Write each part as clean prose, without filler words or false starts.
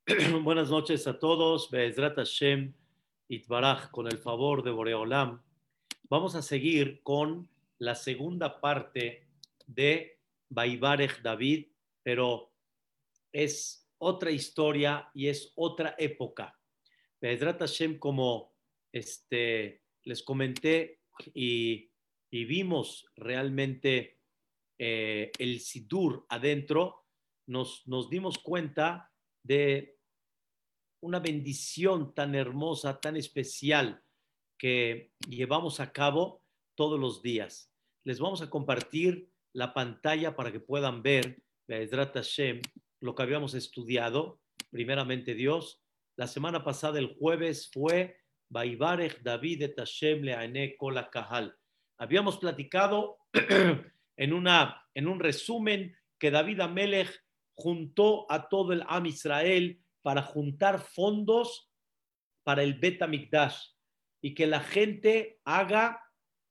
Buenas noches a todos. Be'ezrat Hashem Itbaraj, con el favor de Boreolam. Vamos a seguir con la segunda parte de Vaivarech David, pero es otra historia y es otra época. Be'ezrat Hashem, como les comenté y vimos realmente el Sidur adentro, nos dimos cuenta de una bendición tan hermosa, tan especial que llevamos a cabo todos los días. Les vamos a compartir la pantalla para que puedan ver, Be'ezrat Hashem, lo que habíamos estudiado. Primeramente Dios. La semana pasada, el jueves, fue Vaivarech David et Hashem le'anei kol ha'kahal. Habíamos platicado en un resumen que David Amelech juntó a todo el Am Israel para juntar fondos para el Bet HaMikdash y que la gente haga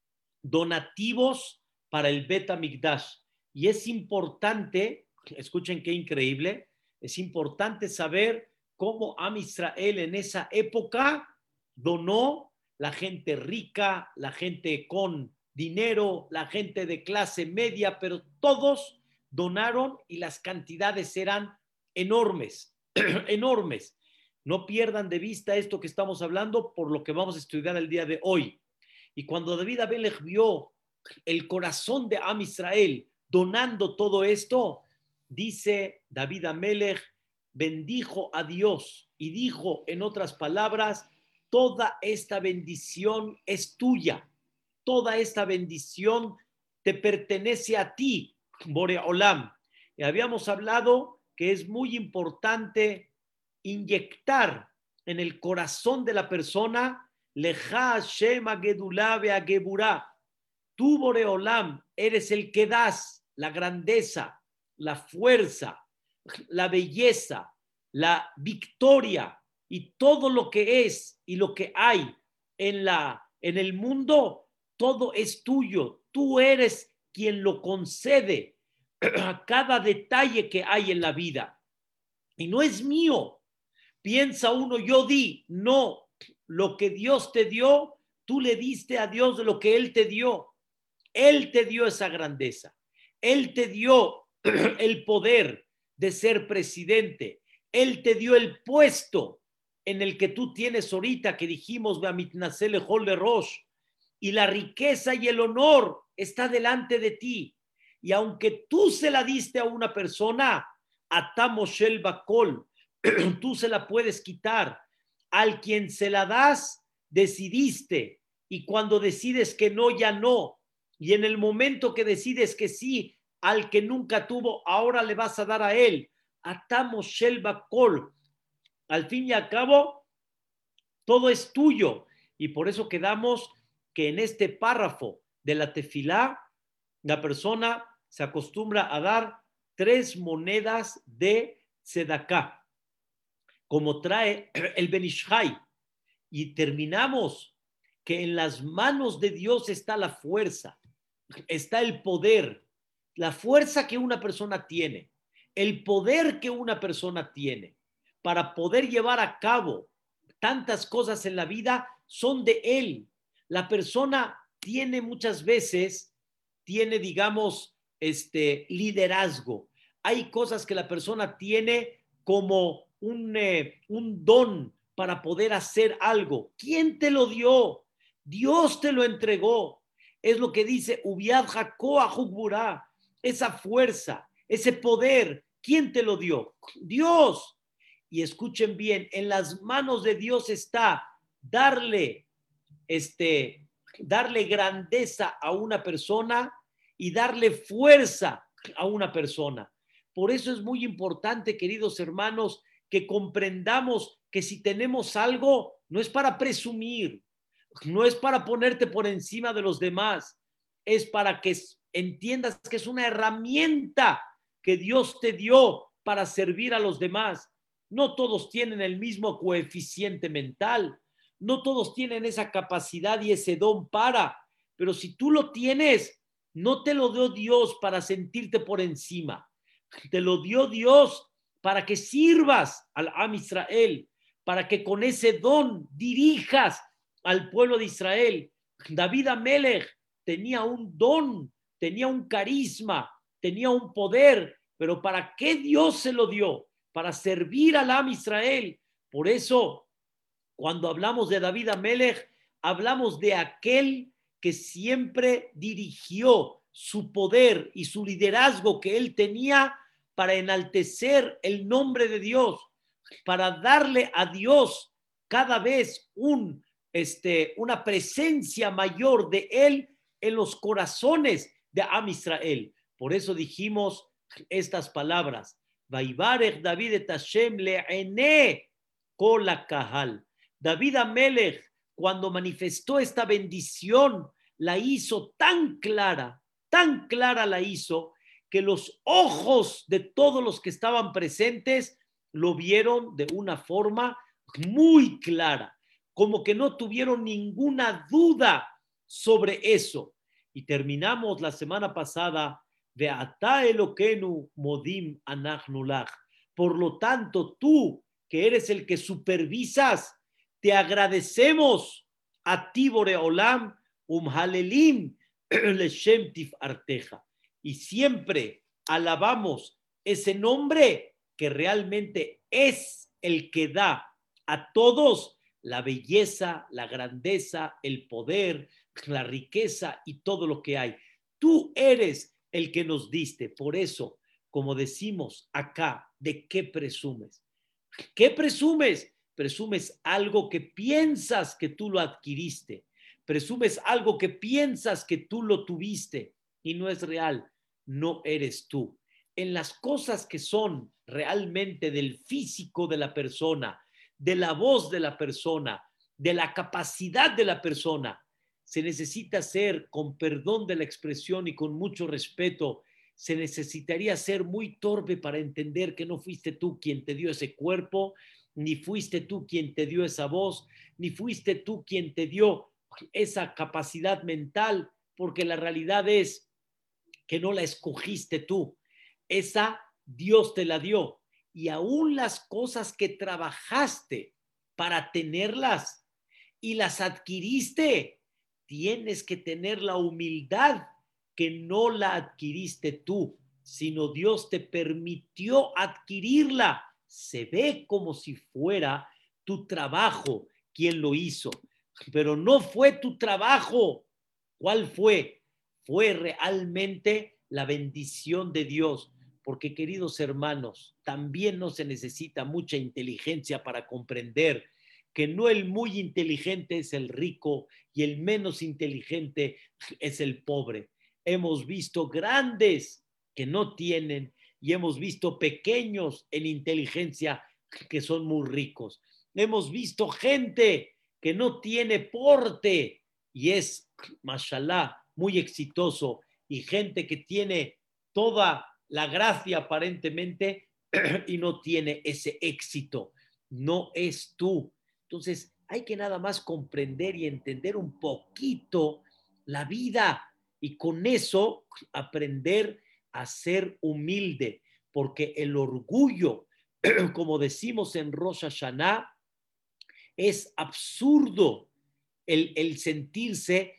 donativos para el Bet HaMikdash. Y es importante, escuchen qué increíble, es importante saber cómo Am Israel en esa época donó, la gente rica, la gente con dinero, la gente de clase media, pero todos donaron y las cantidades eran enormes. enormes. No pierdan de vista esto que estamos hablando por lo que vamos a estudiar el día de hoy. Y cuando David Amelech vio el corazón de Am Israel donando todo esto, dice David Amelech, bendijo a Dios y dijo, en otras palabras, toda esta bendición es tuya. Toda esta bendición te pertenece a ti, Boreolam. Y habíamos hablado que es muy importante inyectar en el corazón de la persona Leja Hashem Agedulá Ve'ageburá. Tú, Boreolam, eres el que das la grandeza, la fuerza, la belleza, la victoria y todo lo que es y lo que hay en el mundo, todo es tuyo. Tú eres quien lo concede a cada detalle que hay en la vida. Y no es mío. Piensa uno, yo di. No, lo que Dios te dio, tú le diste a Dios de lo que Él te dio. Él te dio esa grandeza. Él te dio el poder de ser presidente. Él te dio el puesto en el que tú tienes ahorita, que dijimos, y la riqueza y el honor está delante de ti. Y aunque tú se la diste a una persona, Atamoshel Bakol, tú se la puedes quitar. Al quien se la das, decidiste. Y cuando decides que no, ya no. Y en el momento que decides que sí, al que nunca tuvo, ahora le vas a dar a él. Atamoshel Bakol. Al fin y al cabo, todo es tuyo. Y por eso quedamos que en este párrafo de la tefilá, la persona se acostumbra a dar 3 monedas de tzedaká, como trae el Ben Ish Chai. Y terminamos que en las manos de Dios está la fuerza, está el poder, la fuerza que una persona tiene, el poder que una persona tiene para poder llevar a cabo tantas cosas en la vida son de él. La persona tiene muchas veces, digamos, liderazgo. Hay cosas que la persona tiene como un don para poder hacer algo. ¿Quién te lo dio? Dios te lo entregó. Es lo que dice Ubiad Jacoa Jukburá. Esa fuerza, ese poder, ¿quién te lo dio? Dios. Y escuchen bien, en las manos de Dios está darle grandeza a una persona y darle fuerza a una persona. Por eso es muy importante, queridos hermanos, que comprendamos que si tenemos algo, no es para presumir, no es para ponerte por encima de los demás, es para que entiendas que es una herramienta que Dios te dio para servir a los demás. No todos tienen el mismo coeficiente mental, no todos tienen esa capacidad y ese don pero si tú lo tienes, no te lo dio Dios para sentirte por encima, te lo dio Dios para que sirvas al Am Israel, para que con ese don dirijas al pueblo de Israel. David Amelech tenía un don, tenía un carisma, tenía un poder, pero ¿para qué Dios se lo dio? Para servir al Am Israel. Por eso, cuando hablamos de David Amelech, hablamos de aquel que siempre dirigió su poder y su liderazgo que él tenía para enaltecer el nombre de Dios, para darle a Dios cada vez una presencia mayor de él en los corazones de Am Israel. Por eso dijimos estas palabras: Vaivarech David et Hashem le'ene kol kahal. David Amelech, cuando manifestó esta bendición, la hizo tan clara la hizo, que los ojos de todos los que estaban presentes lo vieron de una forma muy clara, como que no tuvieron ninguna duda sobre eso. Y terminamos la semana pasada de Ata Eloquenu Modim Anachnu Lach. Por lo tanto, tú, que eres el que supervisas, te agradecemos a ti, Boreolam, Halelim Leshem Tifarteja. Y siempre alabamos ese nombre que realmente es el que da a todos la belleza, la grandeza, el poder, la riqueza y todo lo que hay. Tú eres el que nos diste. Por eso, como decimos acá, ¿de qué presumes? ¿Qué presumes? Presumes algo que piensas que tú lo adquiriste. Presumes algo que piensas que tú lo tuviste y no es real. No eres tú. En las cosas que son realmente del físico de la persona, de la voz de la persona, de la capacidad de la persona, se necesita ser, con perdón de la expresión y con mucho respeto, se necesitaría ser muy torpe para entender que no fuiste tú quien te dio ese cuerpo, ni fuiste tú quien te dio esa voz, ni fuiste tú quien te dio esa capacidad mental, porque la realidad es que no la escogiste tú. Esa Dios te la dio. Y aún las cosas que trabajaste para tenerlas y las adquiriste, tienes que tener la humildad que no la adquiriste tú, sino Dios te permitió adquirirla. Se ve como si fuera tu trabajo quien lo hizo, pero no fue tu trabajo. ¿Cuál fue? Fue realmente la bendición de Dios. Porque, queridos hermanos, también no se necesita mucha inteligencia para comprender que no el muy inteligente es el rico y el menos inteligente es el pobre. Hemos visto grandes que no tienen y hemos visto pequeños en inteligencia que son muy ricos. Hemos visto gente que no tiene porte y es, mashallah, muy exitoso, y gente que tiene toda la gracia aparentemente y no tiene ese éxito. No es tú. Entonces, hay que nada más comprender y entender un poquito la vida y con eso aprender a ser humilde, porque el orgullo, como decimos en Rosh Hashanah, es absurdo el sentirse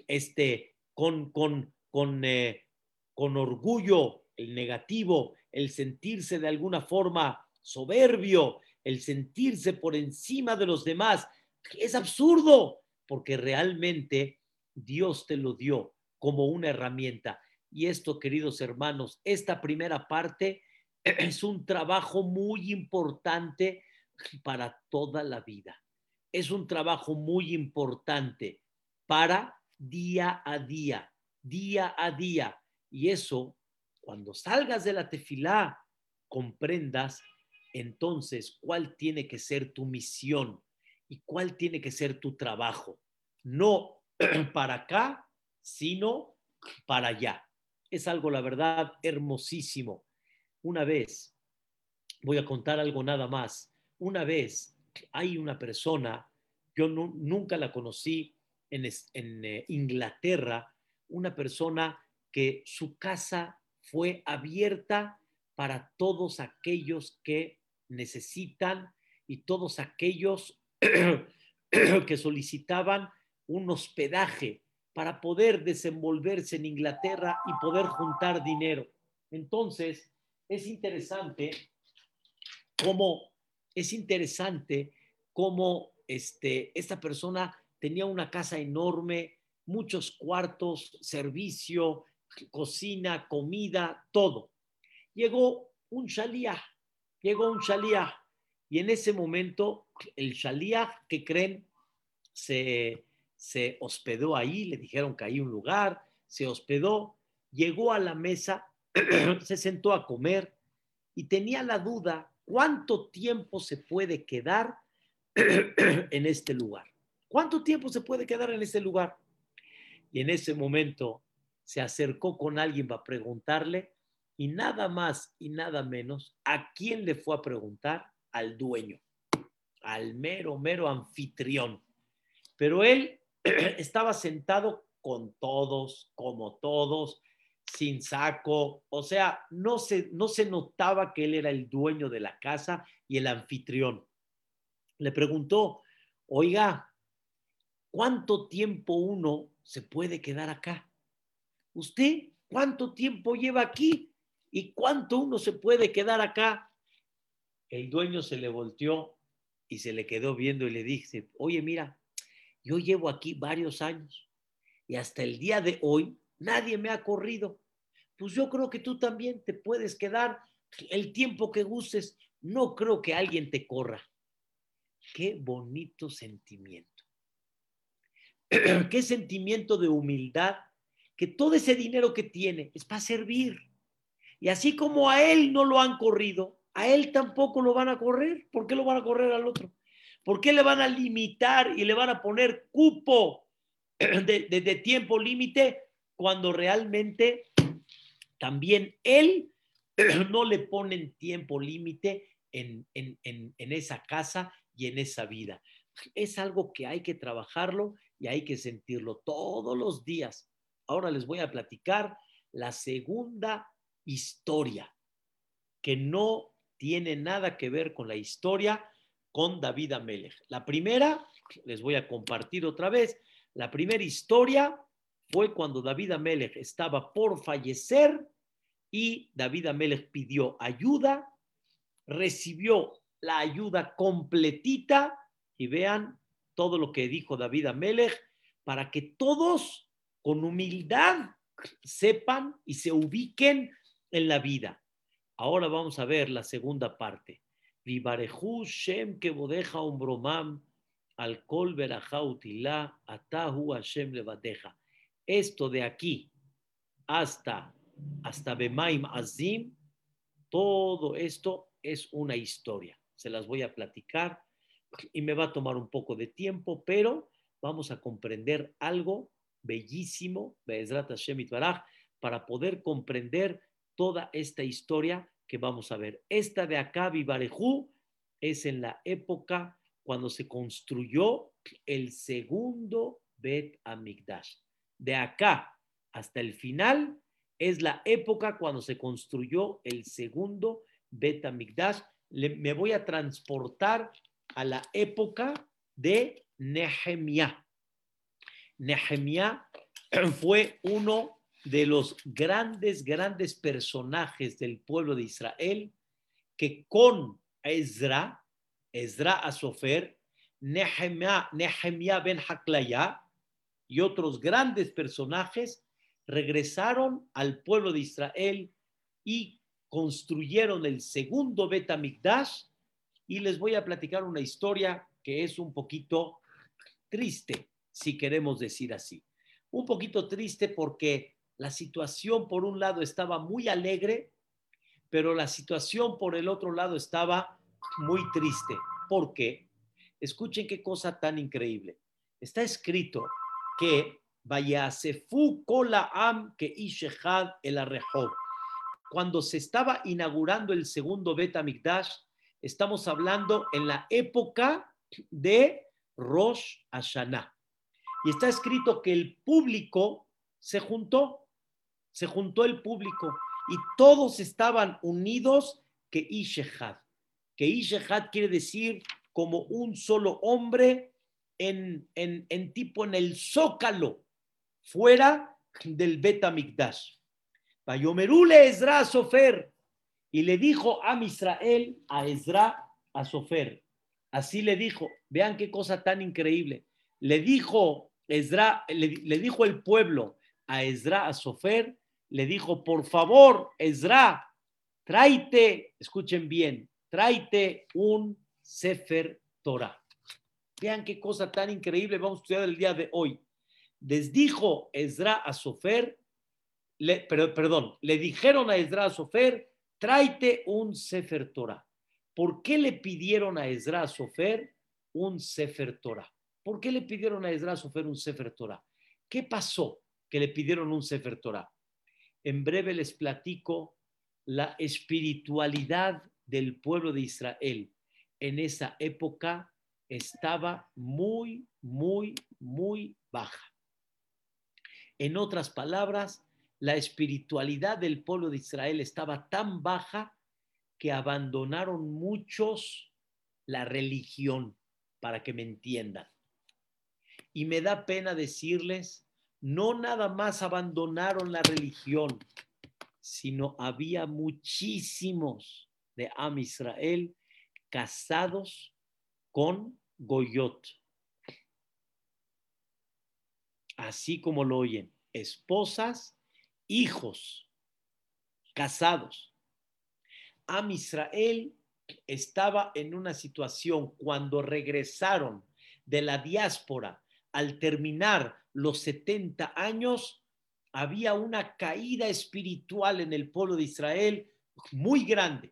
con orgullo, el negativo, el sentirse de alguna forma soberbio, el sentirse por encima de los demás. Es absurdo, porque realmente Dios te lo dio como una herramienta. Y esto, queridos hermanos, esta primera parte es un trabajo muy importante para toda la vida. Es un trabajo muy importante para día a día, día a día. Y eso, cuando salgas de la tefilá, comprendas entonces cuál tiene que ser tu misión y cuál tiene que ser tu trabajo. No para acá, sino para allá. Es algo, la verdad, hermosísimo. Una vez, voy a contar algo nada más. Una vez hay una persona, yo nunca la conocí en Inglaterra, una persona que su casa fue abierta para todos aquellos que necesitan y todos aquellos que solicitaban un hospedaje para poder desenvolverse en Inglaterra y poder juntar dinero. Entonces, es interesante cómo, es interesante cómo esta persona tenía una casa enorme, muchos cuartos, servicio, cocina, comida, todo. Llegó un shaliach, llegó un shaliach, y en ese momento el shaliach, ¿qué creen? Se hospedó ahí, le dijeron que hay un lugar, se hospedó, llegó a la mesa, se sentó a comer y tenía la duda cuánto tiempo se puede quedar en este lugar. ¿Cuánto tiempo se puede quedar en este lugar? Y en ese momento se acercó con alguien para preguntarle y nada más y nada menos, ¿a quién le fue a preguntar? Al dueño, al mero anfitrión. Pero él estaba sentado con todos, como todos, sin saco, o sea, no se notaba que él era el dueño de la casa y el anfitrión. Le preguntó, oiga, ¿cuánto tiempo uno se puede quedar acá? ¿Usted cuánto tiempo lleva aquí? ¿Y cuánto uno se puede quedar acá? El dueño se le volteó y se le quedó viendo y le dice, oye, mira, yo llevo aquí varios años y hasta el día de hoy nadie me ha corrido. Pues yo creo que tú también te puedes quedar el tiempo que gustes. No creo que alguien te corra. Qué bonito sentimiento. Qué sentimiento de humildad, que todo ese dinero que tiene es para servir. Y así como a él no lo han corrido, a él tampoco lo van a correr. ¿Por qué lo van a correr al otro? ¿Por qué le van a limitar y le van a poner cupo de tiempo límite cuando realmente también él no le ponen tiempo límite en esa casa y en esa vida? Es algo que hay que trabajarlo y hay que sentirlo todos los días. Ahora les voy a platicar la segunda historia que no tiene nada que ver con la historia con David Amelech. La primera, les voy a compartir otra vez, la primera historia fue cuando David Amelech estaba por fallecer y David Amelech pidió ayuda, recibió la ayuda completita y vean todo lo que dijo David Amelech para que todos con humildad sepan y se ubiquen en la vida. Ahora vamos a ver la segunda parte. Vivarehu Shem Kebodeja Ombromam al Kol Berajá Utilá Atahu Hashem Levadeja. Esto de aquí hasta Bemaim Azim, todo esto es una historia. Se las voy a platicar y me va a tomar un poco de tiempo, pero vamos a comprender algo bellísimo, Be'ezrat Hashem Itbaraj, para poder comprender toda esta historia que vamos a ver. Esta de acá, Vivarejú, es en la época cuando se construyó el segundo Bet Amigdash. De acá hasta el final es la época cuando se construyó el segundo Bet Amigdash. Me voy a transportar a la época de Nehemiah. Nehemiah fue uno de los grandes personajes del pueblo de Israel que con Ezra Asofer, Nehemiah ben Haklaya y otros grandes personajes regresaron al pueblo de Israel y construyeron el segundo Bet Hamikdash. Y les voy a platicar una historia que es un poquito triste, si queremos decir así. Un poquito triste porque la situación por un lado estaba muy alegre, pero la situación por el otro lado estaba muy triste. ¿Por qué? Escuchen qué cosa tan increíble. Está escrito que Vayasefu Kola Am que Ishehad el Arrehov. Cuando se estaba inaugurando el segundo Bet Hamikdash, estamos hablando en la época de Rosh Hashanah. Y está escrito que el público se juntó el público y todos estaban unidos que Ishehad. Que Ishehad quiere decir como un solo hombre en tipo en el zócalo, fuera del Bet Hamikdash. Vayomerule Ezra a Sofer, y le dijo a Israel a Ezra a Sofer. Así le dijo, vean qué cosa tan increíble. Le dijo Ezra, le dijo el pueblo a Ezra a Sofer, le dijo, por favor, Ezra, tráete, escuchen bien, tráete un Sefer Torah. Vean qué cosa tan increíble vamos a estudiar el día de hoy. Les dijo Ezra a Sofer, le dijeron a Ezra a Sofer, tráete un Sefer Torah. ¿Por qué le pidieron a Ezra a Sofer un Sefer Torah? ¿Por qué le pidieron a Ezra a Sofer un Sefer Torah? ¿Qué pasó que le pidieron un Sefer Torah? En breve les platico la espiritualidad del pueblo de Israel. En esa época estaba muy, muy, muy baja. En otras palabras, la espiritualidad del pueblo de Israel estaba tan baja que abandonaron muchos la religión, para que me entiendan. Y me da pena decirles, no nada más abandonaron la religión, sino había muchísimos de Am Israel casados con Goyot. Así como lo oyen, esposas, hijos, casados. Am Israel estaba en una situación cuando regresaron de la diáspora al terminar los 70 años, había una caída espiritual en el pueblo de Israel muy grande.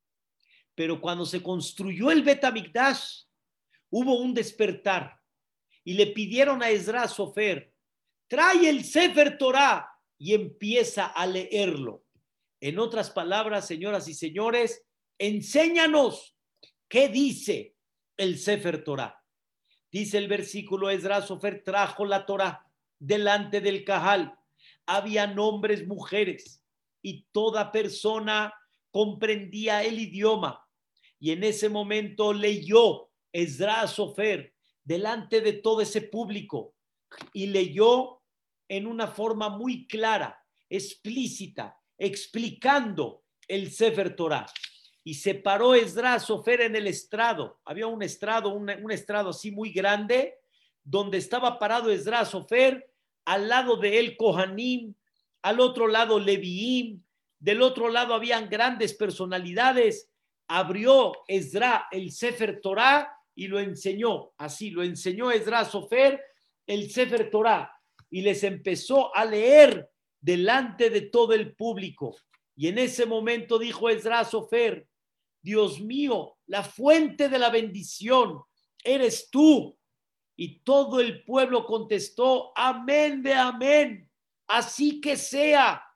Pero cuando se construyó el Bet Hamikdash, hubo un despertar y le pidieron a Ezra Sofer, trae el Sefer Torah y empieza a leerlo. En otras palabras, señoras y señores, enséñanos qué dice el Sefer Torah. Dice el versículo, Ezra Sofer trajo la Torah delante del Cajal. Había hombres, mujeres, y toda persona comprendía el idioma. Y en ese momento leyó Ezra Sofer delante de todo ese público y leyó en una forma muy clara, explícita, explicando el Sefer Torah. Y se paró Ezra Sofer en el estrado. Había un estrado así muy grande, donde estaba parado Ezra Sofer, al lado de él Kohanim, al otro lado Leviim, del otro lado habían grandes personalidades. Abrió Ezra el Sefer Torah y lo enseñó. Así lo enseñó Ezra Sofer el Sefer Torah y les empezó a leer delante de todo el público. Y en ese momento dijo Ezra Sofer, Dios mío, la fuente de la bendición eres tú. Y todo el pueblo contestó, amén de amén, así que sea.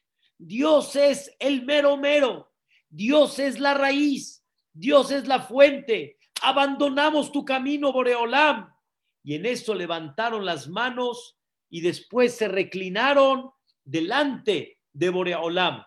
Dios es el mero mero, Dios es la raíz, Dios es la fuente. Abandonamos tu camino, Boreolam. Y en eso levantaron las manos y después se reclinaron delante de Boreolam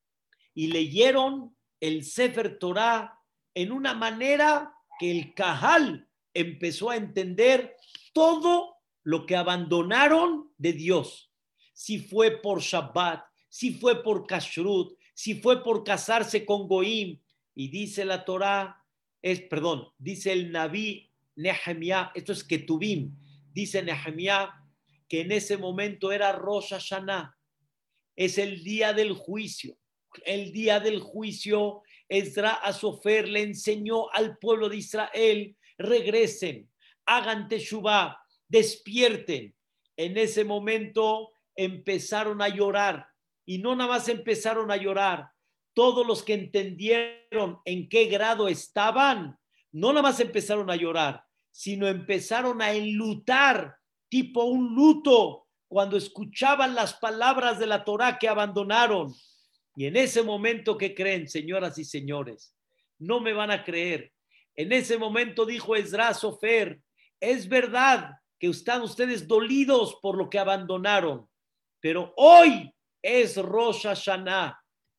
y leyeron el Sefer Torah en una manera que el Cajal empezó a entender todo lo que abandonaron de Dios. Si fue por Shabbat, si fue por Kashrut, si fue por casarse con Goim. Y dice la Torah, dice el Naví Nehemiah, esto es Ketubim, dice Nehemiah que en ese momento era Rosh Hashanah, es el día del juicio. El día del juicio, Ezra a Sofer le enseñó al pueblo de Israel, regresen, hagan teshuvah, despierten. En ese momento empezaron a llorar y no nada más empezaron a llorar, todos los que entendieron en qué grado estaban, no nada más empezaron a llorar, sino empezaron a enlutar, tipo un luto, cuando escuchaban las palabras de la Torah que abandonaron. Y en ese momento, ¿qué creen, señoras y señores? No me van a creer. En ese momento dijo Ezra Sofer, es verdad que están ustedes dolidos por lo que abandonaron, pero hoy es Rosh Hashanah,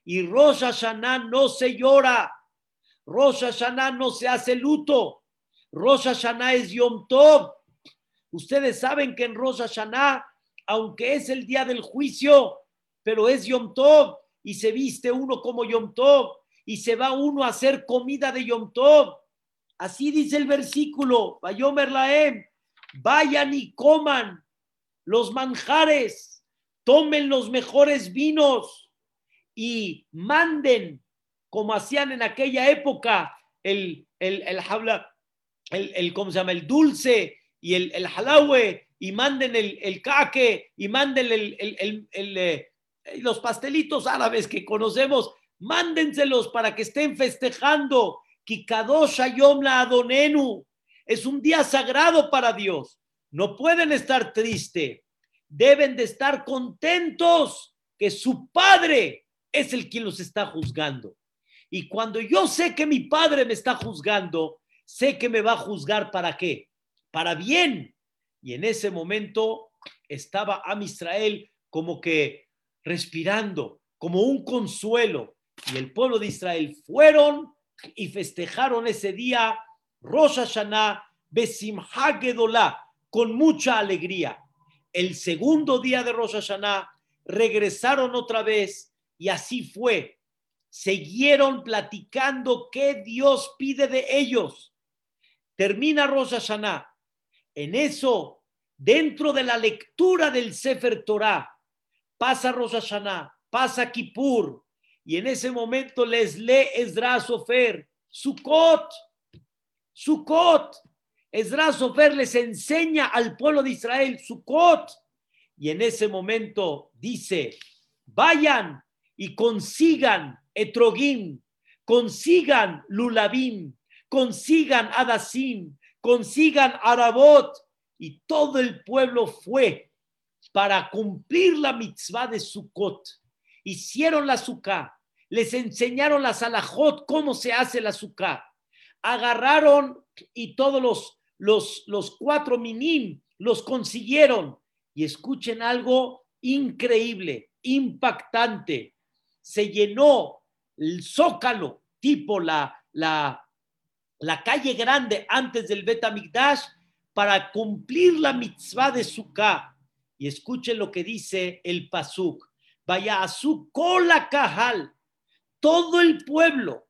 Y Rosh Hashanah no se llora. Rosh Hashanah no se hace luto. Rosh Hashanah es Yom Tov. Ustedes saben que en Rosh Hashanah, aunque es el día del juicio, pero es Yom Tov y se viste uno como Yom Tov y se va uno a hacer comida de Yom Tov. Así dice el versículo, Vayomer Lahem, vayan y coman los manjares, tomen los mejores vinos y manden, como hacían en aquella época, ¿cómo se llama? El dulce y el halawe, y manden el caque, y manden los pastelitos árabes que conocemos, mándenselos para que estén festejando. Kikadosh Hayom la Adonenu. Es un día sagrado para Dios. No pueden estar tristes. Deben de estar contentos que su Padre es el quien los está juzgando. Y cuando yo sé que mi Padre me está juzgando, sé que me va a juzgar ¿para qué? Para bien. Y en ese momento estaba Am Israel como que respirando, como un consuelo. Y el pueblo de Israel fueron y festejaron ese día Rosh Hashanah Besimha Gedolah, con mucha alegría. El segundo día de Rosh Hashanah regresaron otra vez y así fue. Siguieron platicando qué Dios pide de ellos. Termina Rosh Hashanah. En eso, dentro de la lectura del Sefer Torah, pasa Rosh Hashanah, pasa Kippur, y en ese momento les lee Ezra Sofer, Sukkot. Ezra Sofer les enseña al pueblo de Israel Sukkot. Y en ese momento dice, vayan y consigan etrogim, consigan lulavim, consigan adasim, consigan arabot. Y todo el pueblo fue para cumplir la mitzvah de Sukkot. Hicieron la sukkah, les enseñaron las alajot, cómo se hace la sukkah. Agarraron y todos los 4 minim los consiguieron. Y escuchen algo increíble, impactante. Se llenó el Zócalo, tipo la calle grande antes del Bet HaMikdash, para cumplir la mitzvah de Sukkah. Y escuchen lo que dice el pasuk. Vaya a su cola cajal. Todo el pueblo,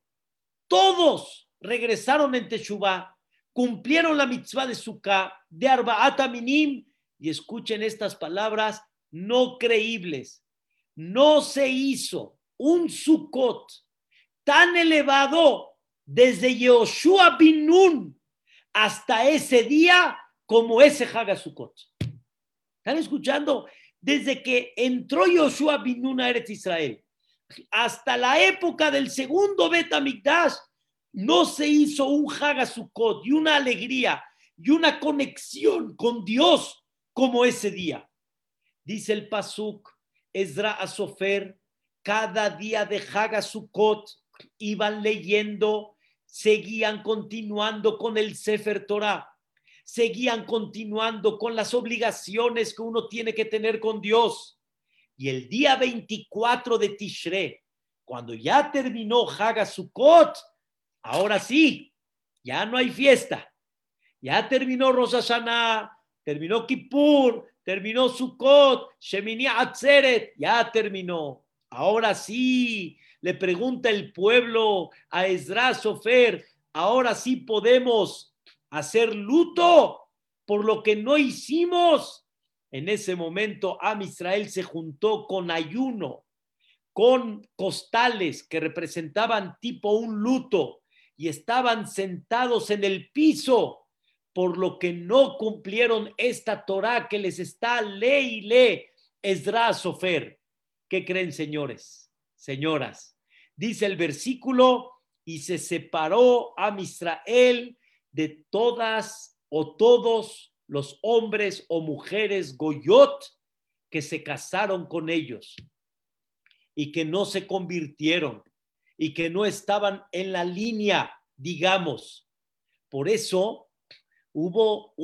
todos regresaron en Teshuvah, cumplieron la mitzvah de Sukkah, de Arba'at Aminim, y escuchen estas palabras no creíbles. No se hizo un Sukkot tan elevado desde Yehoshua bin Nun hasta ese día como ese Hag Sukkot. ¿Están escuchando? Desde que entró Yehoshua bin Nun a Eretz Israel hasta la época del segundo Bet HaMikdash, no se hizo un Hag Sukkot y una alegría y una conexión con Dios como ese día. Dice el pasuk, Ezra Asofer, cada día de Hag Sukkot iban leyendo, seguían continuando con el Sefer Torah, seguían continuando con las obligaciones que uno tiene que tener con Dios. Y el día 24 de Tishrei, cuando ya terminó Hag Sukkot, ahora sí, ya no hay fiesta. Ya terminó Rosh Hashanah, terminó Kippur, terminó Sukkot, Shemini Atzeret, ya terminó. Ahora sí, le pregunta el pueblo a Ezra Sofer, ahora sí podemos hacer luto por lo que no hicimos. En ese momento, Am Israel se juntó con ayuno, con costales que representaban tipo un luto y estaban sentados en el piso por lo que no cumplieron esta Torah que les está lee Ezra Sofer. ¿Qué creen, señores? Señoras, dice el versículo, y se separó Am Israel de todas o todos los hombres o mujeres goyot que se casaron con ellos y que no se convirtieron y que no estaban en la línea, digamos. Por eso hubo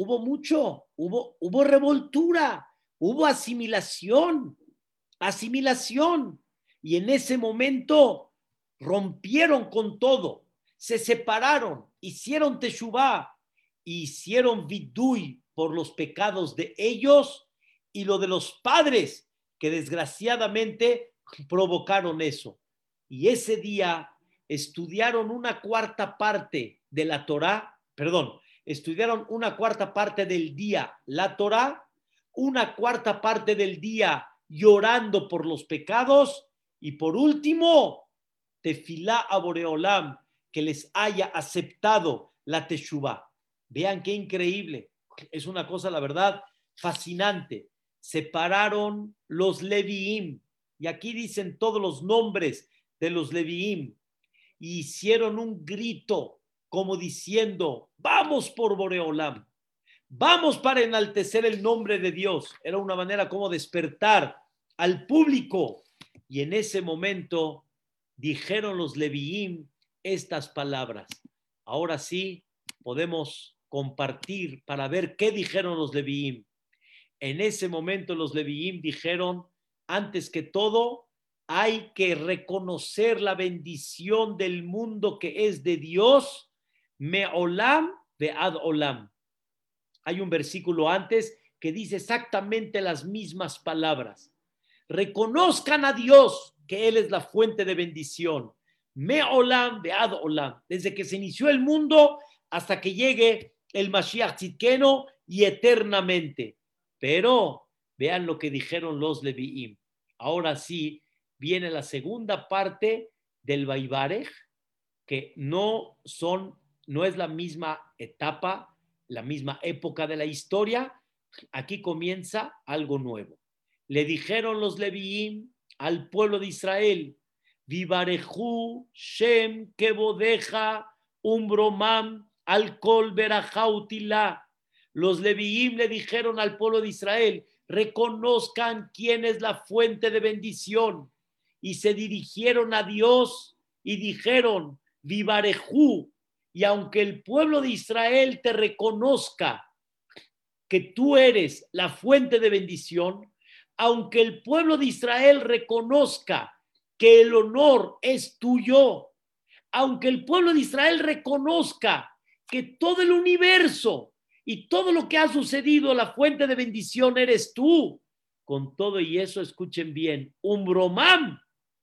revoltura, hubo asimilación. Y en ese momento rompieron con todo, se separaron, hicieron teshuvá, hicieron vidui por los pecados de ellos y lo de los padres que desgraciadamente provocaron eso. Y ese día estudiaron una cuarta parte de la Torá, estudiaron una cuarta parte del día la Torá, una cuarta parte del día llorando por los pecados y por último, tefilá a Boreolam que les haya aceptado la teshuvá. Vean qué increíble. Es una cosa, la verdad, fascinante. Separaron los Leviim, y aquí dicen todos los nombres de los Leviim, y hicieron un grito como diciendo, vamos por Boreolam, vamos para enaltecer el nombre de Dios. Era una manera como despertar al público. Y en ese momento dijeron los Leviim estas palabras. Ahora sí podemos compartir para ver qué dijeron los Leviim. En ese momento los Leviim dijeron, antes que todo, hay que reconocer la bendición del mundo que es de Dios, me'olam ve'ad olam. Hay un versículo antes que dice exactamente las mismas palabras. Reconozcan a Dios que Él es la fuente de bendición. Me'olam ve'ad olam. Desde que se inició el mundo hasta que llegue el Mashiach Tzidkenu y eternamente. Pero vean lo que dijeron los Leviim. Ahora sí viene la segunda parte del Vaivarech, que no es la misma etapa, la misma época de la historia. Aquí comienza algo nuevo. Le dijeron los Leviim al pueblo de Israel, Vivarejú, Shem, Kebodeja, Umbromam, Alkol, Berajautilá. Los Leviim le dijeron al pueblo de Israel, reconozcan quién es la fuente de bendición. Y se dirigieron a Dios y dijeron, Vivarejú. Y aunque el pueblo de Israel te reconozca que tú eres la fuente de bendición, aunque el pueblo de Israel reconozca que el honor es tuyo, aunque el pueblo de Israel reconozca que todo el universo y todo lo que ha sucedido, la fuente de bendición eres tú. Con todo y eso, escuchen bien, Umbromam,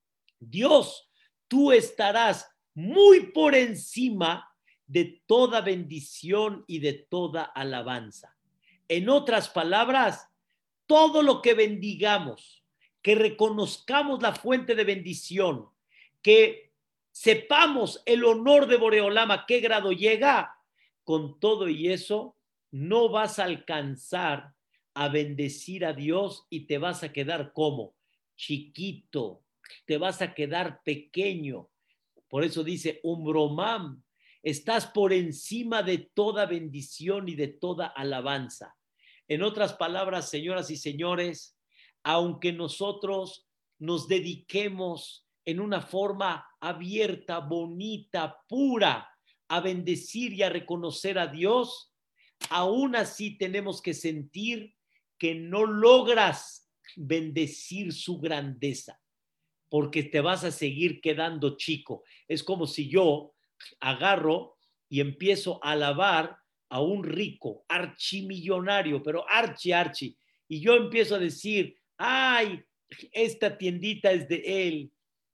Dios, tú estarás muy por encima de toda bendición y de toda alabanza. En otras palabras, todo lo que bendigamos, que reconozcamos la fuente de bendición, que sepamos el honor de Boreolam a qué grado llega, con todo y eso, no vas a alcanzar a bendecir a Dios y te vas a quedar como chiquito, te vas a quedar pequeño. Por eso dice Umbromam, estás por encima de toda bendición y de toda alabanza. En otras palabras, señoras y señores, aunque nosotros nos dediquemos en una forma abierta, bonita, pura, a bendecir y a reconocer a Dios, aún así tenemos que sentir que no logras bendecir su grandeza, porque te vas a seguir quedando chico. Es como si yo agarro y empiezo a alabar a un rico, archimillonario, pero archi, y yo empiezo a decir, ay, esta tiendita es de él,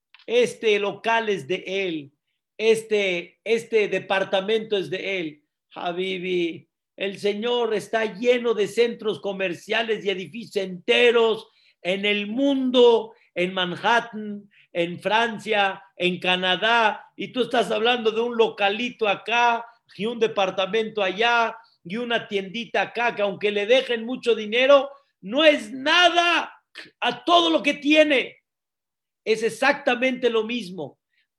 este local es de él, este departamento es de él. Habibi, el Señor está lleno de centros comerciales y edificios enteros en el mundo, en Manhattan, en Francia, en Canadá, y tú estás hablando de un localito acá y un departamento allá y una tiendita acá, que aunque le dejen mucho dinero, no es nada a todo lo que tiene. Es exactamente lo mismo.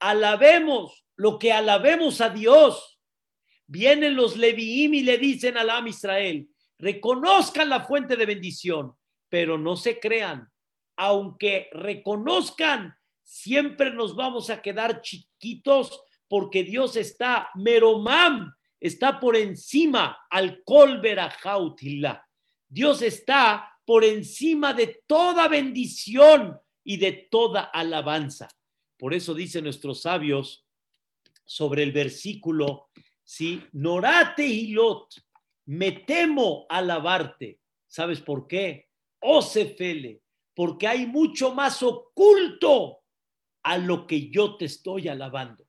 Alabemos lo que alabemos a Dios. Vienen los Leviim y le dicen al Am Israel, reconozcan la fuente de bendición, pero no se crean. Aunque reconozcan, siempre nos vamos a quedar chiquitos porque Dios está meromam, está por encima al kol berajautillah. Dios está por encima de toda bendición y de toda alabanza. Por eso dicen nuestros sabios sobre el versículo, ¿sí? Norate hilot, me temo alabarte. ¿Sabes por qué? Osefele, porque hay mucho más oculto a lo que yo te estoy alabando.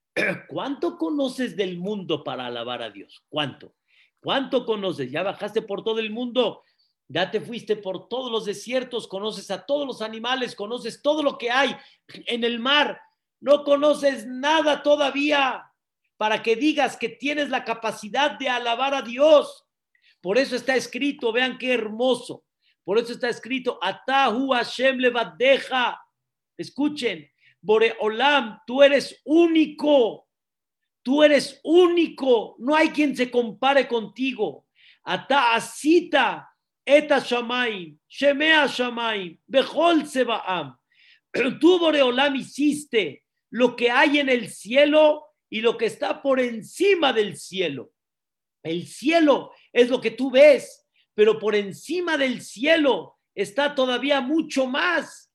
¿Cuánto conoces del mundo para alabar a Dios? ¿Cuánto? ¿Cuánto conoces? Ya bajaste por todo el mundo, ya te fuiste por todos los desiertos, conoces a todos los animales, conoces todo lo que hay en el mar. No conoces nada todavía para que digas que tienes la capacidad de alabar a Dios. Por eso está escrito, vean qué hermoso. Por eso está escrito, Atahu Hashem levadeja. Escuchen, Boreolam, tú eres único. Tú eres único. No hay quien se compare contigo. Ata asita eta shamayim, shemea shamayim, bechol sebaam. Tú, Boreolam, hiciste lo que hay en el cielo y lo que está por encima del cielo. El cielo es lo que tú ves, pero por encima del cielo está todavía mucho más.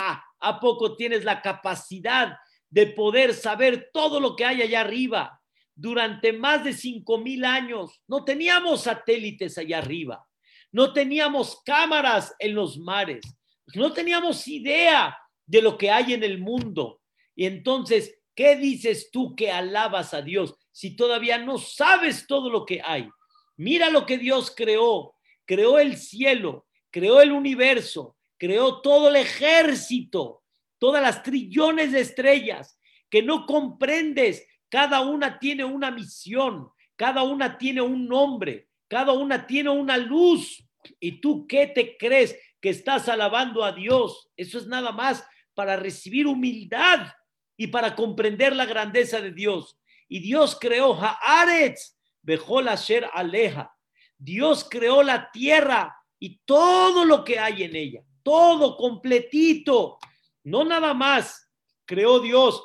¿A poco tienes la capacidad de poder saber todo lo que hay allá arriba? Durante más de 5,000 años no teníamos satélites allá arriba, no teníamos cámaras en los mares, no teníamos idea de lo que hay en el mundo. Y entonces, ¿qué dices tú que alabas a Dios si todavía no sabes todo lo que hay? Mira lo que Dios creó. Creó el cielo, creó el universo, creó todo el ejército, todas las trillones de estrellas que no comprendes. Cada una tiene una misión, cada una tiene un nombre, cada una tiene una luz. ¿Y tú qué te crees que estás alabando a Dios? Eso es nada más para recibir humildad y para comprender la grandeza de Dios. Y Dios creó Haaretz, Bejol Asher Aleja. Dios creó la tierra y todo lo que hay en ella, todo completito. No nada más creó Dios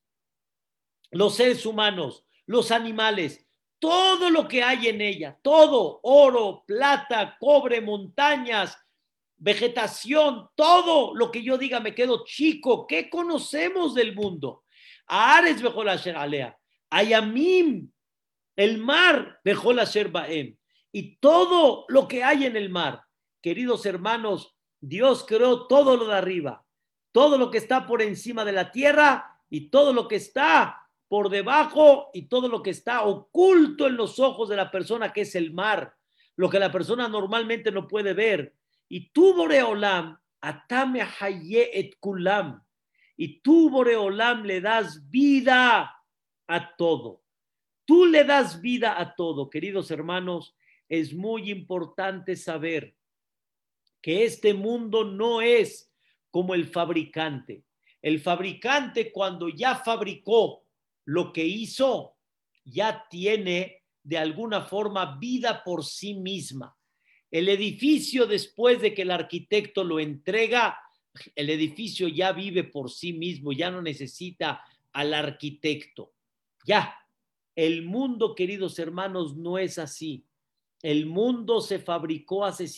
los seres humanos, los animales, todo lo que hay en ella, todo, oro, plata, cobre, montañas, vegetación, todo lo que yo diga me quedo chico. ¿Qué conocemos del mundo? Ares Bejol Asher Alea, Ayamim, el mar Bejol Asher Baem, y todo lo que hay en el mar. Queridos hermanos, Dios creó todo lo de arriba, todo lo que está por encima de la tierra y todo lo que está por debajo y todo lo que está oculto en los ojos de la persona, que es el mar, lo que la persona normalmente no puede ver. Y tú, Boreolam, atame haye et kulam, y tú, Boreolam, le das vida a todo. Tú le das vida a todo. Queridos hermanos, es muy importante saber que este mundo no es como el fabricante. El fabricante, cuando ya fabricó lo que hizo, ya tiene de alguna forma vida por sí misma. El edificio, después de que el arquitecto lo entrega, el edificio ya vive por sí mismo, ya no necesita al arquitecto. Ya, el mundo, queridos hermanos, no es así. El mundo se fabricó hace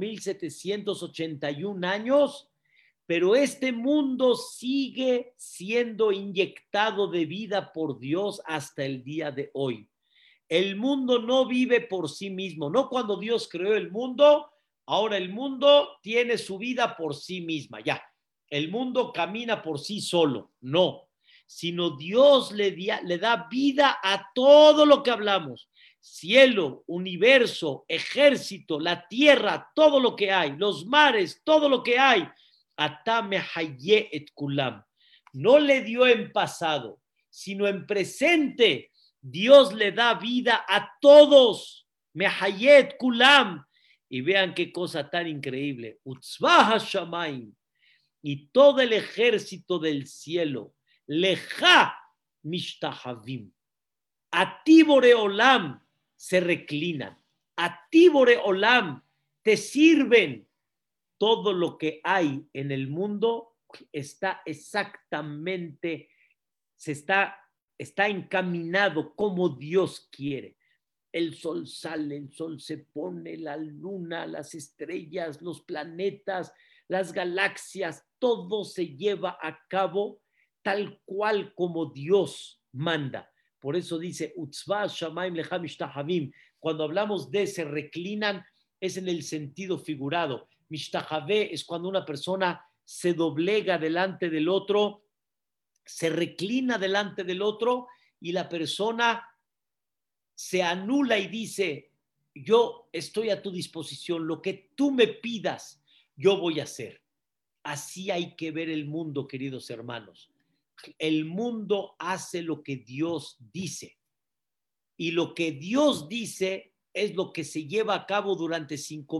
5,781 años, pero este mundo sigue siendo inyectado de vida por Dios hasta el día de hoy. El mundo no vive por sí mismo, no cuando Dios creó el mundo, ahora el mundo tiene su vida por sí misma, ya. El mundo camina por sí solo, no, sino Dios le da vida a todo lo que hablamos. Cielo, universo, ejército, la tierra, todo lo que hay, los mares, todo lo que hay. Atame haye et kulam. No le dio en pasado, sino en presente. Dios le da vida a todos. Mehayet kulam. Y vean qué cosa tan increíble. Utzvah shamayim. Y todo el ejército del cielo. Leja mishtahavim. A ti, Boreolam, se reclinan. A ti, Boreolam, te sirven. Todo lo que hay en el mundo está exactamente, está encaminado como Dios quiere. El sol sale, el sol se pone, la luna, las estrellas, los planetas, las galaxias, todo se lleva a cabo tal cual como Dios manda. Por eso dice, Utzva Shamaim Lecha Mishtahavim. Cuando hablamos de se reclinan, es en el sentido figurado. Mishtahavé es cuando una persona se doblega delante del otro, se reclina delante del otro y la persona se anula y dice, yo estoy a tu disposición, lo que tú me pidas, yo voy a hacer. Así hay que ver el mundo, queridos hermanos. El mundo hace lo que Dios dice. Y lo que Dios dice es lo que se lleva a cabo durante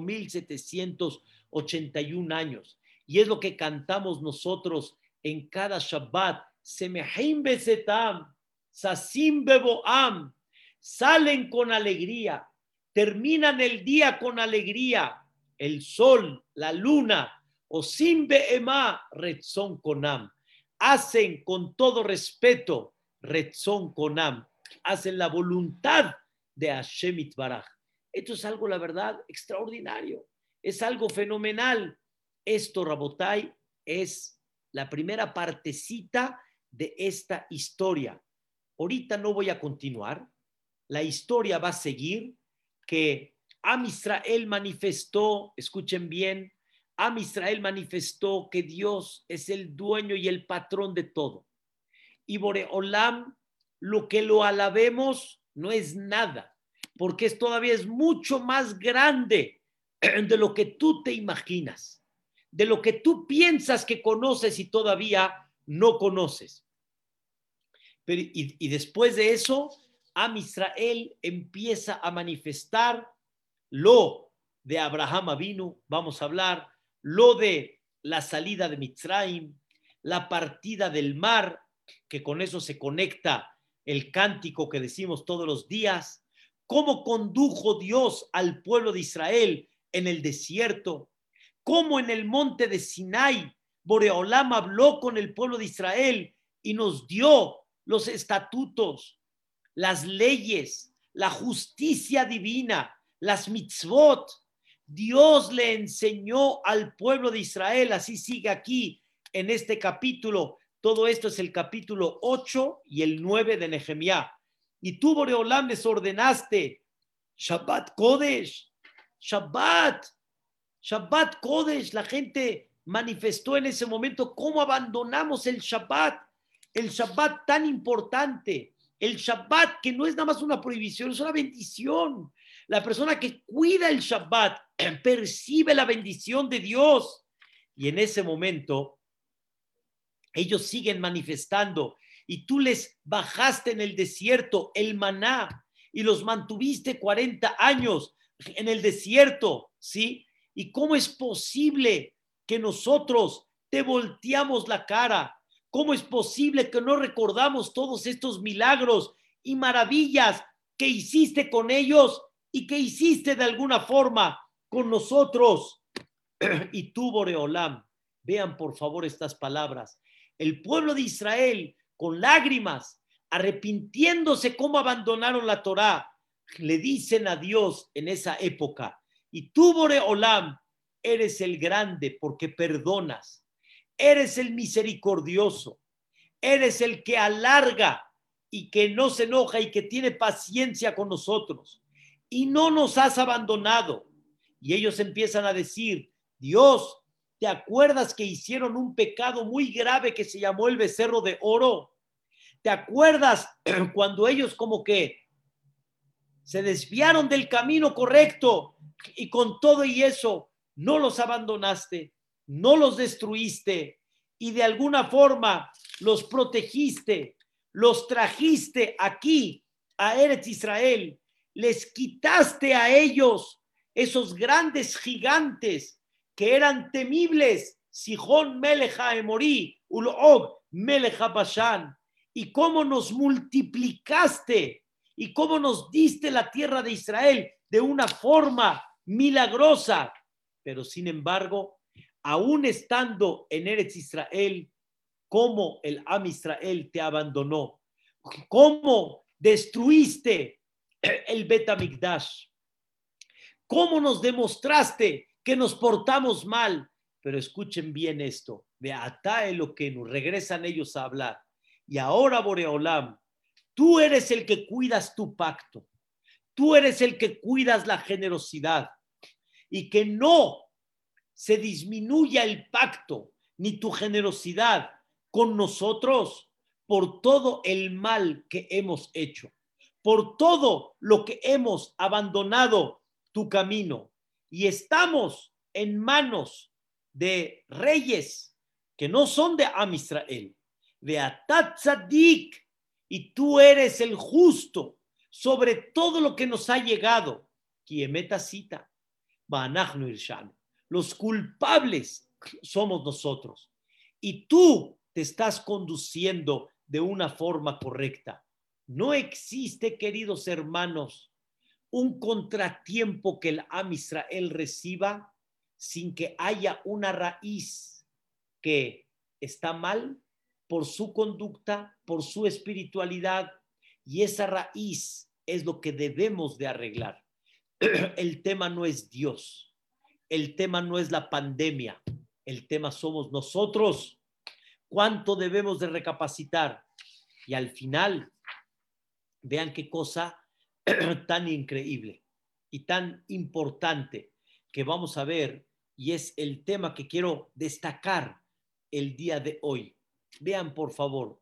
5,781 años. Y es lo que cantamos nosotros en cada Shabbat. Semehim besetam, sasim beboam. Salen con alegría, terminan el día con alegría. El sol, la luna, osim beema, retzon konam. Hacen con todo respeto, retzon konam. Hacen la voluntad de Hashem Itbaraj. Esto es algo, la verdad, extraordinario. Es algo fenomenal. Esto, Rabotai, es la primera partecita de esta historia. Ahorita no voy a continuar. La historia va a seguir que Am Israel manifestó, escuchen bien, Am Israel manifestó que Dios es el dueño y el patrón de todo. Y Boreolam, lo que lo alabemos no es nada, porque todavía es mucho más grande de lo que tú te imaginas, de lo que tú piensas que conoces y todavía no conoces. Pero, y después de eso, Am Israel empieza a manifestar lo de Abraham Avinu, vamos a hablar, lo de la salida de Mitzrayim, la partida del mar, que con eso se conecta el cántico que decimos todos los días, cómo condujo Dios al pueblo de Israel en el desierto, cómo en el monte de Sinai Boreolam habló con el pueblo de Israel y nos dio los estatutos, las leyes, la justicia divina, las mitzvot. Dios le enseñó al pueblo de Israel, así sigue aquí en este capítulo. Todo esto es el capítulo 8 y el 9 de Nehemías. Y tú, Boreolam, les ordenaste Shabbat Kodesh, Shabbat Kodesh. La gente manifestó en ese momento cómo abandonamos el Shabbat tan importante. El Shabbat, que no es nada más una prohibición, es una bendición. La persona que cuida el Shabbat percibe la bendición de Dios. Y en ese momento, ellos siguen manifestando. Y tú les bajaste en el desierto el maná y los mantuviste 40 años en el desierto, ¿sí? ¿Y cómo es posible que nosotros te volteamos la cara? ¿Cómo es posible que no recordamos todos estos milagros y maravillas que hiciste con ellos y que hiciste de alguna forma con nosotros? Y tú, Boreolam, vean por favor estas palabras. El pueblo de Israel, con lágrimas, arrepintiéndose cómo abandonaron la Torá, le dicen a Dios en esa época, y tú, Boreolam, eres el grande porque perdonas. Eres el misericordioso, eres el que alarga y que no se enoja y que tiene paciencia con nosotros y no nos has abandonado. Y ellos empiezan a decir, Dios, ¿te acuerdas que hicieron un pecado muy grave que se llamó el becerro de oro? ¿Te acuerdas cuando ellos como que se desviaron del camino correcto y con todo y eso no los abandonaste? No los destruiste y de alguna forma los protegiste, los trajiste aquí a Eretz Israel, les quitaste a ellos esos grandes gigantes que eran temibles, Sihón Melech Emorí, Ulog Melech Bashan, y cómo nos multiplicaste y cómo nos diste la tierra de Israel de una forma milagrosa. Pero sin embargo, aún estando en Eretz Israel, cómo el Am Israel te abandonó, cómo destruiste el Bet Hamikdash, cómo nos demostraste que nos portamos mal, Pero escuchen bien esto. Beatá Eloquenu, regresan ellos a hablar. Y ahora, Boreolam, tú eres el que cuidas tu pacto. Tú eres el que cuidas la generosidad. Y que no se disminuya el pacto ni tu generosidad con nosotros por todo el mal que hemos hecho, por todo lo que hemos abandonado tu camino. Y estamos en manos de reyes que no son de Am Israel, de Atat Tzadik, y tú eres el justo sobre todo lo que nos ha llegado. Kiemeta cita, Banachnu Irshan. Los culpables somos nosotros. Y tú te estás conduciendo de una forma correcta. No existe, queridos hermanos, un contratiempo que el Am Israel reciba sin que haya una raíz que está mal por su conducta, por su espiritualidad, y esa raíz es lo que debemos de arreglar. El tema no es Dios, el tema no es la pandemia, el tema somos nosotros. ¿Cuánto debemos de recapacitar? Y al final, vean qué cosa tan increíble y tan importante que vamos a ver, y es el tema que quiero destacar el día de hoy. Vean, por favor,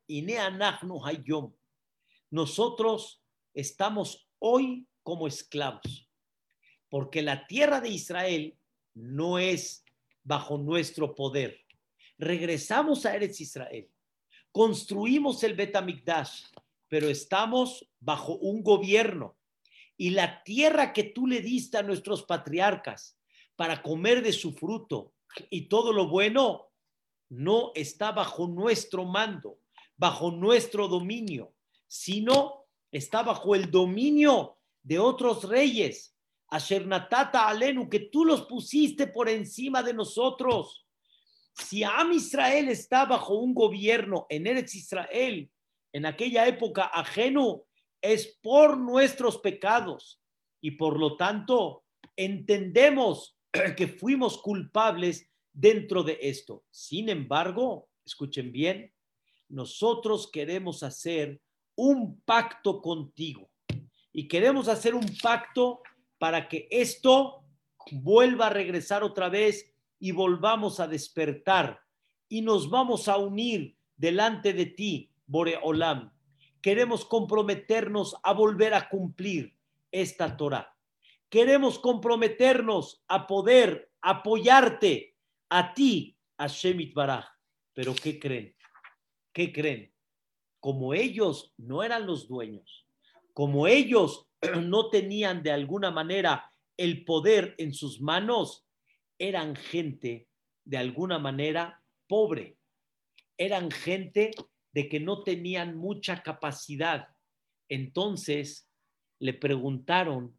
nosotros estamos hoy como esclavos, porque la tierra de Israel no es bajo nuestro poder. Regresamos a Eretz Israel, construimos el Bet HaMikdash, pero estamos bajo un gobierno. Y la tierra que tú le diste a nuestros patriarcas para comer de su fruto y todo lo bueno, no está bajo nuestro mando, bajo nuestro dominio, sino está bajo el dominio de otros reyes. Asher natata alenu, que tú los pusiste por encima de nosotros. Si Am Israel está bajo un gobierno en Eretz Israel, en aquella época ajeno, es por nuestros pecados. Y por lo tanto, entendemos que fuimos culpables dentro de esto. Sin embargo, escuchen bien, nosotros queremos hacer un pacto contigo. Y queremos hacer un pacto para que esto vuelva a regresar otra vez y volvamos a despertar y nos vamos a unir delante de ti, Boreolam. Queremos comprometernos a volver a cumplir esta Torah. Queremos comprometernos a poder apoyarte a ti, Hashem Itbaraj. Pero ¿qué creen? ¿Qué creen? Como ellos no eran los dueños, como ellos no tenían de alguna manera el poder en sus manos, eran gente de alguna manera pobre, eran gente de que no tenían mucha capacidad. Entonces le preguntaron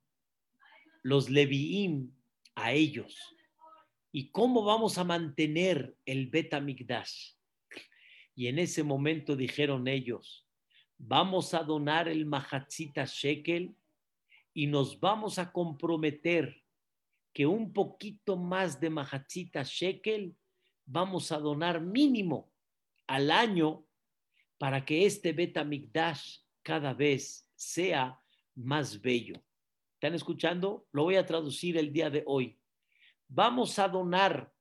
los Leviim a ellos, ¿y cómo vamos a mantener el Bet HaMikdash? Y en ese momento dijeron ellos, vamos a donar el Mahatzita Shekel y nos vamos a comprometer que un poquito más de Mahatzita Shekel vamos a donar mínimo al año para que este Bet HaMikdash cada vez sea más bello. ¿Están escuchando? Lo voy a traducir el día de hoy. Vamos a donar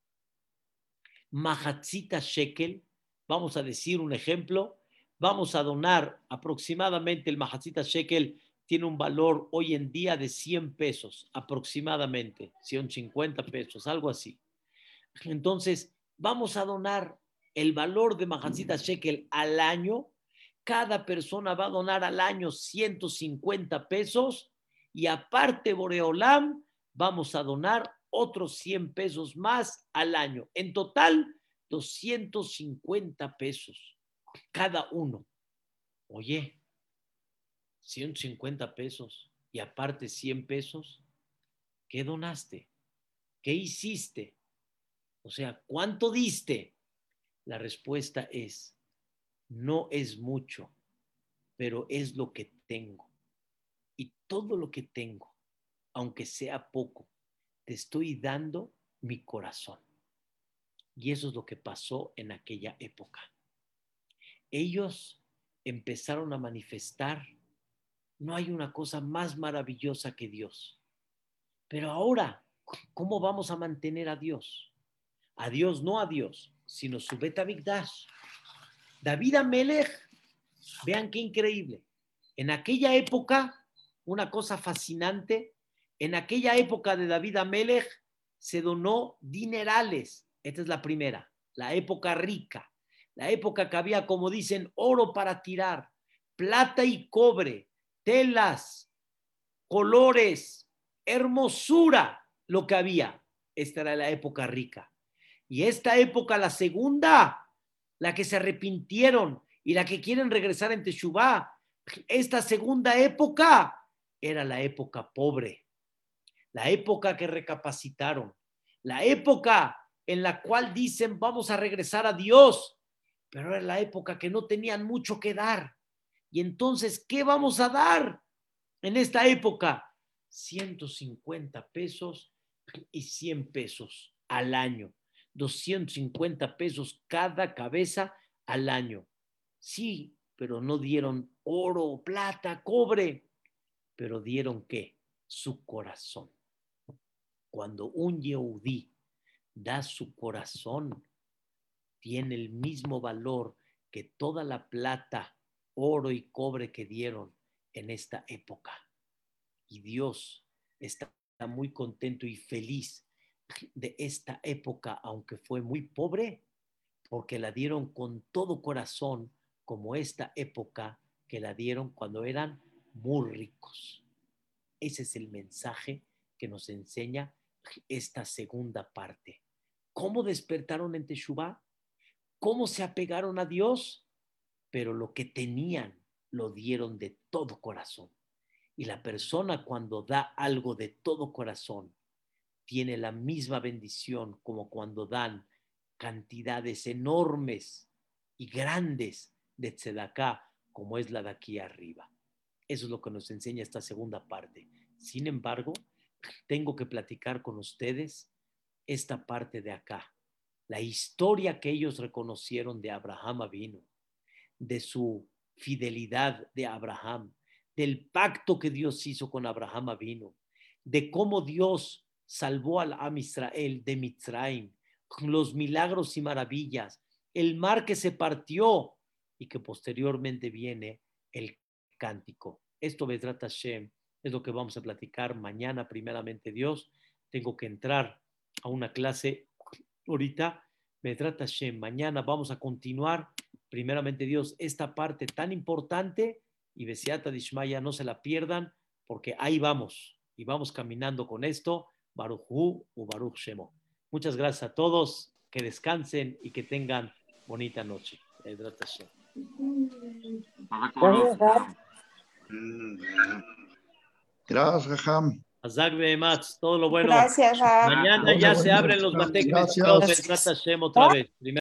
Mahatzita Shekel, vamos a decir un ejemplo, vamos a donar aproximadamente el Mahatzita Shekel tiene un valor hoy en día de 100 pesos, aproximadamente, 150 pesos, algo así. Entonces, vamos a donar el valor de Mahatzita Shekel al año. Cada persona va a donar al año 150 pesos y aparte Boreolam vamos a donar otros 100 pesos más al año. En total, 250 pesos cada uno. Oye, 150 pesos y aparte 100 pesos, ¿qué donaste? ¿Qué hiciste? O sea, ¿cuánto diste? La respuesta es, no es mucho, pero es lo que tengo. Y todo lo que tengo, aunque sea poco, te estoy dando mi corazón. Y eso es lo que pasó en aquella época. Ellos empezaron a manifestar, no hay una cosa más maravillosa que Dios. Pero ahora, ¿cómo vamos a mantener a Dios? A Dios, no a Dios, sino su Bet Hamikdash. David Amelech, vean qué increíble. En aquella época, una cosa fascinante, en aquella época de David Amelech se donó dinerales. Esta es la primera, la época rica, la época que había, como dicen, oro para tirar, plata y cobre, telas, colores, hermosura, lo que había. Esta era la época rica. Y esta época, la segunda, la que se arrepintieron y la que quieren regresar en Teshuvá, esta segunda época era la época pobre, la época que recapacitaron, la época en la cual dicen vamos a regresar a Dios, pero era la época que no tenían mucho que dar. Y entonces, ¿qué vamos a dar en esta época? 150 pesos y 100 pesos al año. 250 pesos cada cabeza al año. Sí, pero no dieron oro, plata, cobre, pero dieron ¿qué? Su corazón. Cuando un Yehudí da su corazón, tiene el mismo valor que toda la plata, oro y cobre que dieron en esta época. Y Dios está muy contento y feliz de esta época, aunque fue muy pobre, porque la dieron con todo corazón, como esta época que la dieron cuando eran muy ricos. Ese es el mensaje que nos enseña esta segunda parte. ¿Cómo despertaron en Teshuvá? ¿Cómo se apegaron a Dios? Pero lo que tenían lo dieron de todo corazón. Y la persona cuando da algo de todo corazón tiene la misma bendición como cuando dan cantidades enormes y grandes de tzedaká, como es la de aquí arriba. Eso es lo que nos enseña esta segunda parte. Sin embargo, tengo que platicar con ustedes esta parte de acá. La historia que ellos reconocieron de Abraham Avinu, de su fidelidad de Abraham, del pacto que Dios hizo con Abraham Avinu, de cómo Dios salvó al Am Israel de Mitzrayim, los milagros y maravillas, el mar que se partió y que posteriormente viene el cántico. Esto, Bezrat Hashem, es lo que vamos a platicar mañana, primeramente Dios. Tengo que entrar a una clase ahorita. Bezrat Hashem, mañana vamos a continuar, primeramente Dios, esta parte tan importante y Besiata Dishmaya, no se la pierdan, porque ahí vamos y vamos caminando con esto. Baruch Hu u Baruch Shemo. Muchas gracias a todos, que descansen y que tengan bonita noche. Bezrat Hashem. Gracias, Jajam. Azak Behematz, todo lo bueno. Gracias, Ram. Mañana ya se abren los Batek Mitzvot, Bezrat Hashem otra vez.